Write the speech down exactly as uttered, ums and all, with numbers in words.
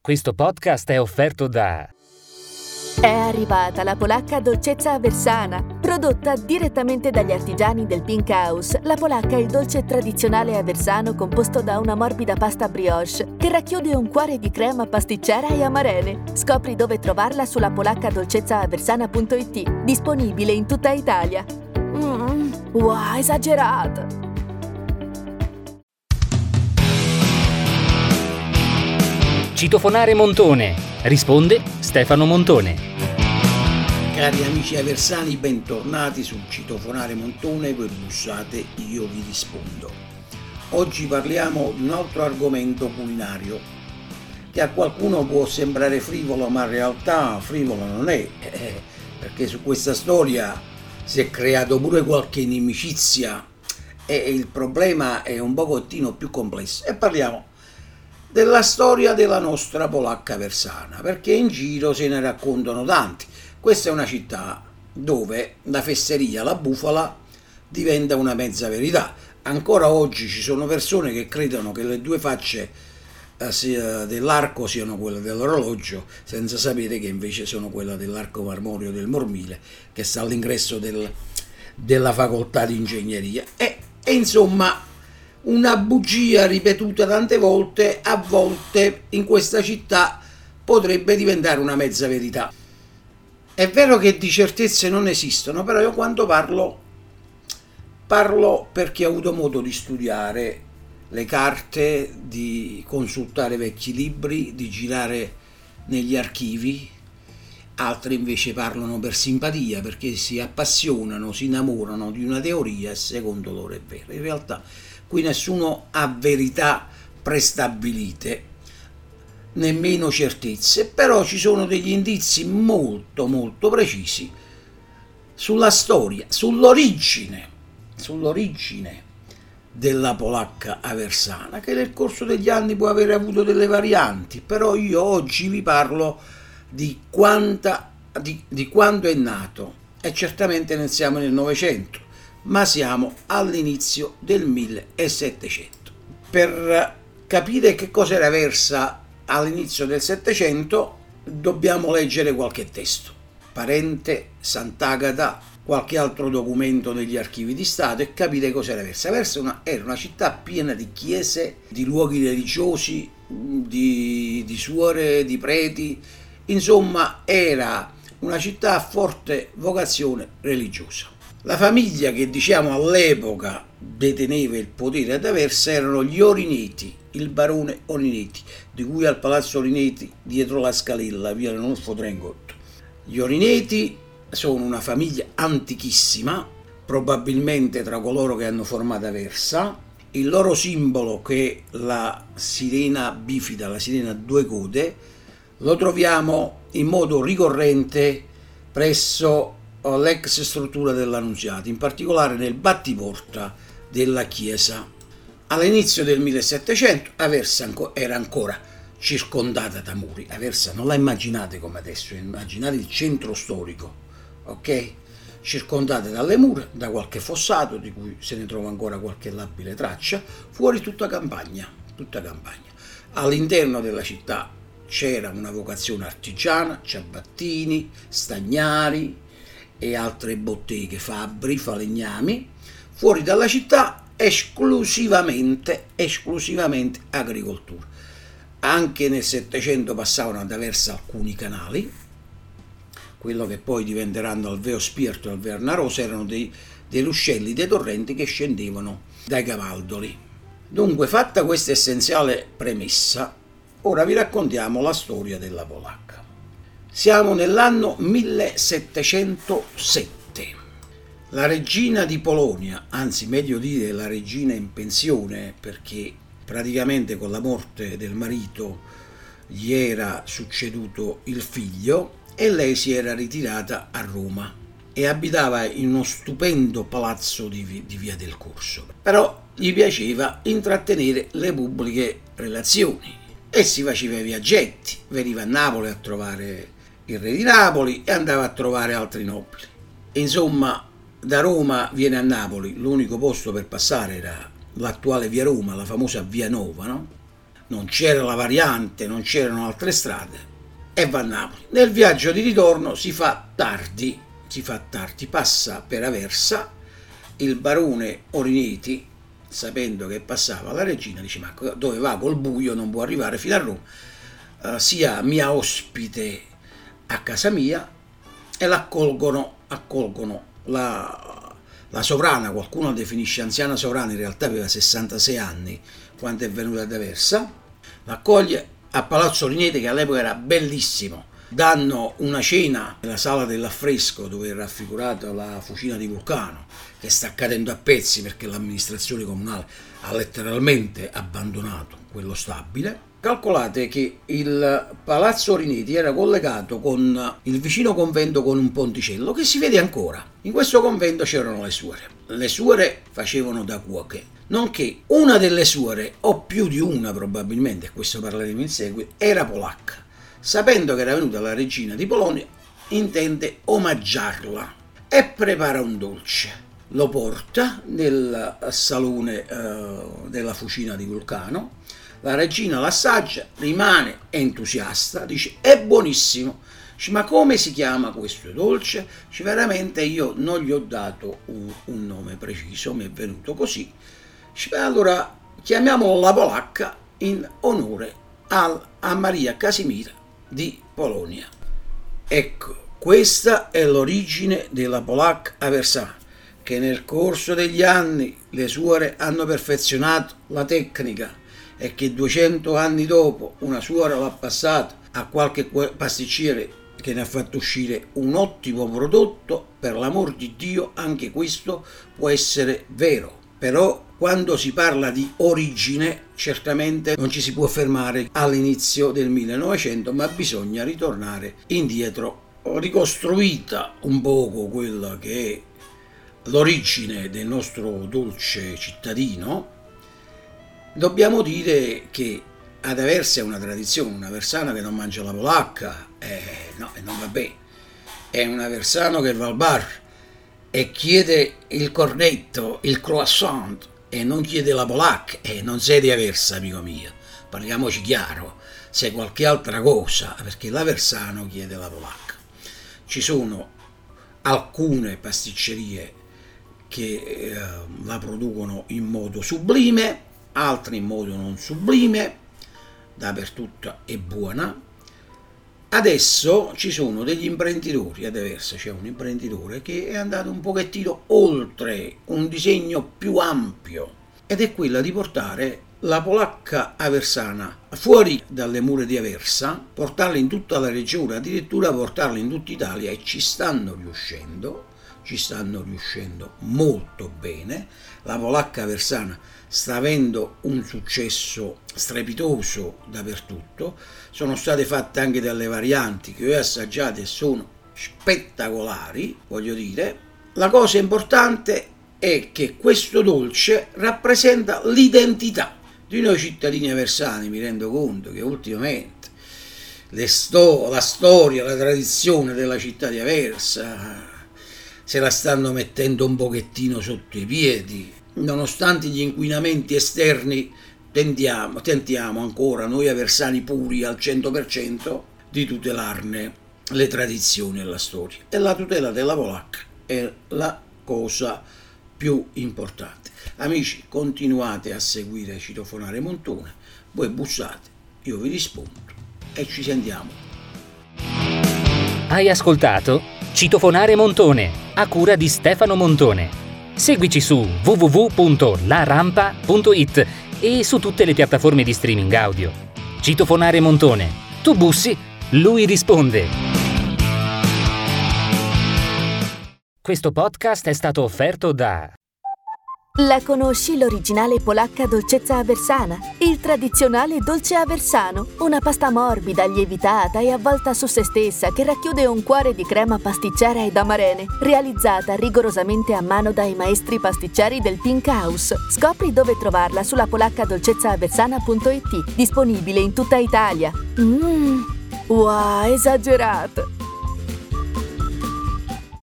Questo podcast è offerto da... È arrivata la polacca dolcezza aversana, prodotta direttamente dagli artigiani del Pink House. La polacca è il dolce tradizionale aversano composto da una morbida pasta brioche che racchiude un cuore di crema pasticcera e amarene. Scopri dove trovarla sulla polacca dolcezza aversana punto it, disponibile in tutta Italia. Mmm, wow, esagerato! Citofonare Montone. Risponde Stefano Montone. Cari amici aversani, bentornati sul Citofonare Montone, voi bussate, io vi rispondo. Oggi parliamo di un altro argomento culinario che a qualcuno può sembrare frivolo, ma in realtà frivolo non è, eh, perché su questa storia si è creato pure qualche inimicizia e il problema è un pochettino più complesso. E parliamo della storia della nostra polacca aversana, perché in giro se ne raccontano tanti. Questa è una città dove la fesseria, la bufala, diventa una mezza verità. Ancora oggi ci sono persone che credono che le due facce eh, sia dell'arco siano quelle dell'orologio, senza sapere che invece sono quella dell'arco marmoreo del Mormile, che sta all'ingresso del, della facoltà di ingegneria. E, e insomma, una bugia ripetuta tante volte, a volte in questa città potrebbe diventare una mezza verità. È vero che di certezze non esistono, però io quando parlo, parlo perché ho avuto modo di studiare le carte, di consultare vecchi libri, di girare negli archivi. Altri invece parlano per simpatia, perché si appassionano, si innamorano di una teoria e secondo loro è vera. In realtà qui nessuno ha verità prestabilite, nemmeno certezze, però ci sono degli indizi molto molto precisi sulla storia, sull'origine, sull'origine della polacca aversana, che nel corso degli anni può aver avuto delle varianti, però io oggi vi parlo di, quanta, di, di quando è nato, e certamente non siamo nel Novecento, ma siamo all'inizio del millesettecento. Per capire che cosa era Aversa all'inizio del Settecento dobbiamo leggere qualche testo, Parente, Sant'Agata, qualche altro documento negli archivi di Stato e capire cosa era Aversa. Aversa una, era una città piena di chiese, di luoghi religiosi, di, di suore, di preti, insomma era una città a forte vocazione religiosa. La famiglia che diciamo all'epoca deteneva il potere ad Aversa erano gli Orineti, il barone Orineti, di cui al palazzo Orineti dietro la Scalella, via Ranulfo Trengotto. Gli Orineti sono una famiglia antichissima, probabilmente tra coloro che hanno formato Aversa. Il loro simbolo, che è la sirena bifida, la sirena a due code, lo troviamo in modo ricorrente presso l'ex struttura dell'Annunziata, in particolare nel battiporta della chiesa. All'inizio del millesettecento Aversa era ancora circondata da muri. Aversa non la immaginate come adesso, immaginate il centro storico, ok? Circondata dalle mura, da qualche fossato di cui se ne trova ancora qualche labile traccia, fuori tutta campagna, tutta campagna. All'interno della città c'era una vocazione artigiana, ciabattini, stagnari e altre botteghe, fabbri, falegnami. Fuori dalla città esclusivamente, esclusivamente agricoltura. Anche nel Settecento passavano ad Aversa alcuni canali, quello che poi diventeranno Alveo Spirito e Alverna Rosa, erano dei, dei ruscelli, dei torrenti che scendevano dai cavaldoli. Dunque, fatta questa essenziale premessa, ora vi raccontiamo la storia della polacca. Siamo nell'anno millesettecentosette. La regina di Polonia, anzi meglio dire la regina in pensione, perché praticamente con la morte del marito gli era succeduto il figlio e lei si era ritirata a Roma e abitava in uno stupendo palazzo di, di Via del Corso. Però gli piaceva intrattenere le pubbliche relazioni e si faceva i viaggetti, veniva a Napoli a trovare il re di Napoli e andava a trovare altri nobili. Insomma, da Roma viene a Napoli, l'unico posto per passare era l'attuale via Roma, la famosa via Nova, no? non c'era la variante, non c'erano altre strade, e va a Napoli. Nel viaggio di ritorno si fa tardi, si fa tardi, passa per Aversa. Il barone Orineti, sapendo che passava la regina, dice: ma dove va col buio, non può arrivare fino a Roma, uh, sia mia ospite a casa mia, e l'accolgono, accolgono la, la sovrana, qualcuno la definisce anziana sovrana, in realtà aveva sessantasei anni quando è venuta ad Aversa, l'accoglie a Palazzo Orineti, che all'epoca era bellissimo. Danno una cena nella sala dell'affresco, dove è raffigurata la fucina di Vulcano, che sta cadendo a pezzi perché l'amministrazione comunale ha letteralmente abbandonato quello stabile. Calcolate che il Palazzo Orineti era collegato con il vicino convento con un ponticello che si vede ancora. In questo convento c'erano le suore. Le suore facevano da cuoche, nonché una delle suore, o più di una probabilmente, e questo parleremo in seguito, era polacca. Sapendo che era venuta la regina di Polonia, intende omaggiarla e prepara un dolce. Lo porta nel salone eh, della fucina di Vulcano. La regina l'assaggia, rimane entusiasta, dice: è buonissimo. Dice: ma come si chiama questo dolce? Dice: veramente io non gli ho dato un, un nome preciso, mi è venuto così. Dice: allora chiamiamolo la polacca in onore al, a Maria Casimira di Polonia. Ecco, questa è l'origine della polacca aversana, che nel corso degli anni le suore hanno perfezionato la tecnica, e che duecento anni dopo una suora l'ha passata a qualche pasticcere che ne ha fatto uscire un ottimo prodotto. Per l'amor di Dio, anche questo può essere vero. Però quando si parla di origine certamente non ci si può fermare all'inizio del millenovecento, ma bisogna ritornare indietro. Ho ricostruita un poco quella che è l'origine del nostro dolce cittadino. Dobbiamo dire che ad Aversa è una tradizione, una aversana che non mangia la polacca, eh, no, non va bene. È un aversano che va al bar e chiede il cornetto, il croissant, e non chiede la polacca, e non sei di Aversa, amico mio, parliamoci chiaro, sei qualche altra cosa, perché l'aversano chiede la polacca. Ci sono alcune pasticcerie che eh, la producono in modo sublime, altre in modo non sublime, dappertutto è buona. Adesso ci sono degli imprenditori ad Aversa, c'è un imprenditore che è andato un pochettino oltre, un disegno più ampio, ed è quella di portare la polacca aversana fuori dalle mura di Aversa, portarla in tutta la regione, addirittura portarla in tutta Italia, e ci stanno riuscendo, ci stanno riuscendo molto bene. La polacca aversana sta avendo un successo strepitoso dappertutto. Sono state fatte anche delle varianti che ho assaggiate e sono spettacolari, voglio dire. La cosa importante è che questo dolce rappresenta l'identità di noi cittadini aversani. Mi rendo conto che ultimamente le sto- la storia, la tradizione della città di Aversa se la stanno mettendo un pochettino sotto i piedi. Nonostante gli inquinamenti esterni, tentiamo, tentiamo ancora, noi aversani puri al cento per cento, di tutelarne le tradizioni e la storia. E la tutela della polacca è la cosa più importante. Amici, continuate a seguire Citofonare Montone, voi bussate, io vi rispondo e ci sentiamo. Hai ascoltato Citofonare Montone, a cura di Stefano Montone. Seguici su w w w punto la rampa punto i t e su tutte le piattaforme di streaming audio. Citofonare Montone. Tu bussi, lui risponde. Questo podcast è stato offerto da... La conosci l'originale polacca dolcezza aversana? Il tradizionale dolce aversano, una pasta morbida, lievitata e avvolta su se stessa che racchiude un cuore di crema pasticcera ed amarene, realizzata rigorosamente a mano dai maestri pasticceri del Pink House. Scopri dove trovarla sulla polacca dolcezza aversana punto i t, disponibile in tutta Italia. Mmm, wow, esagerato!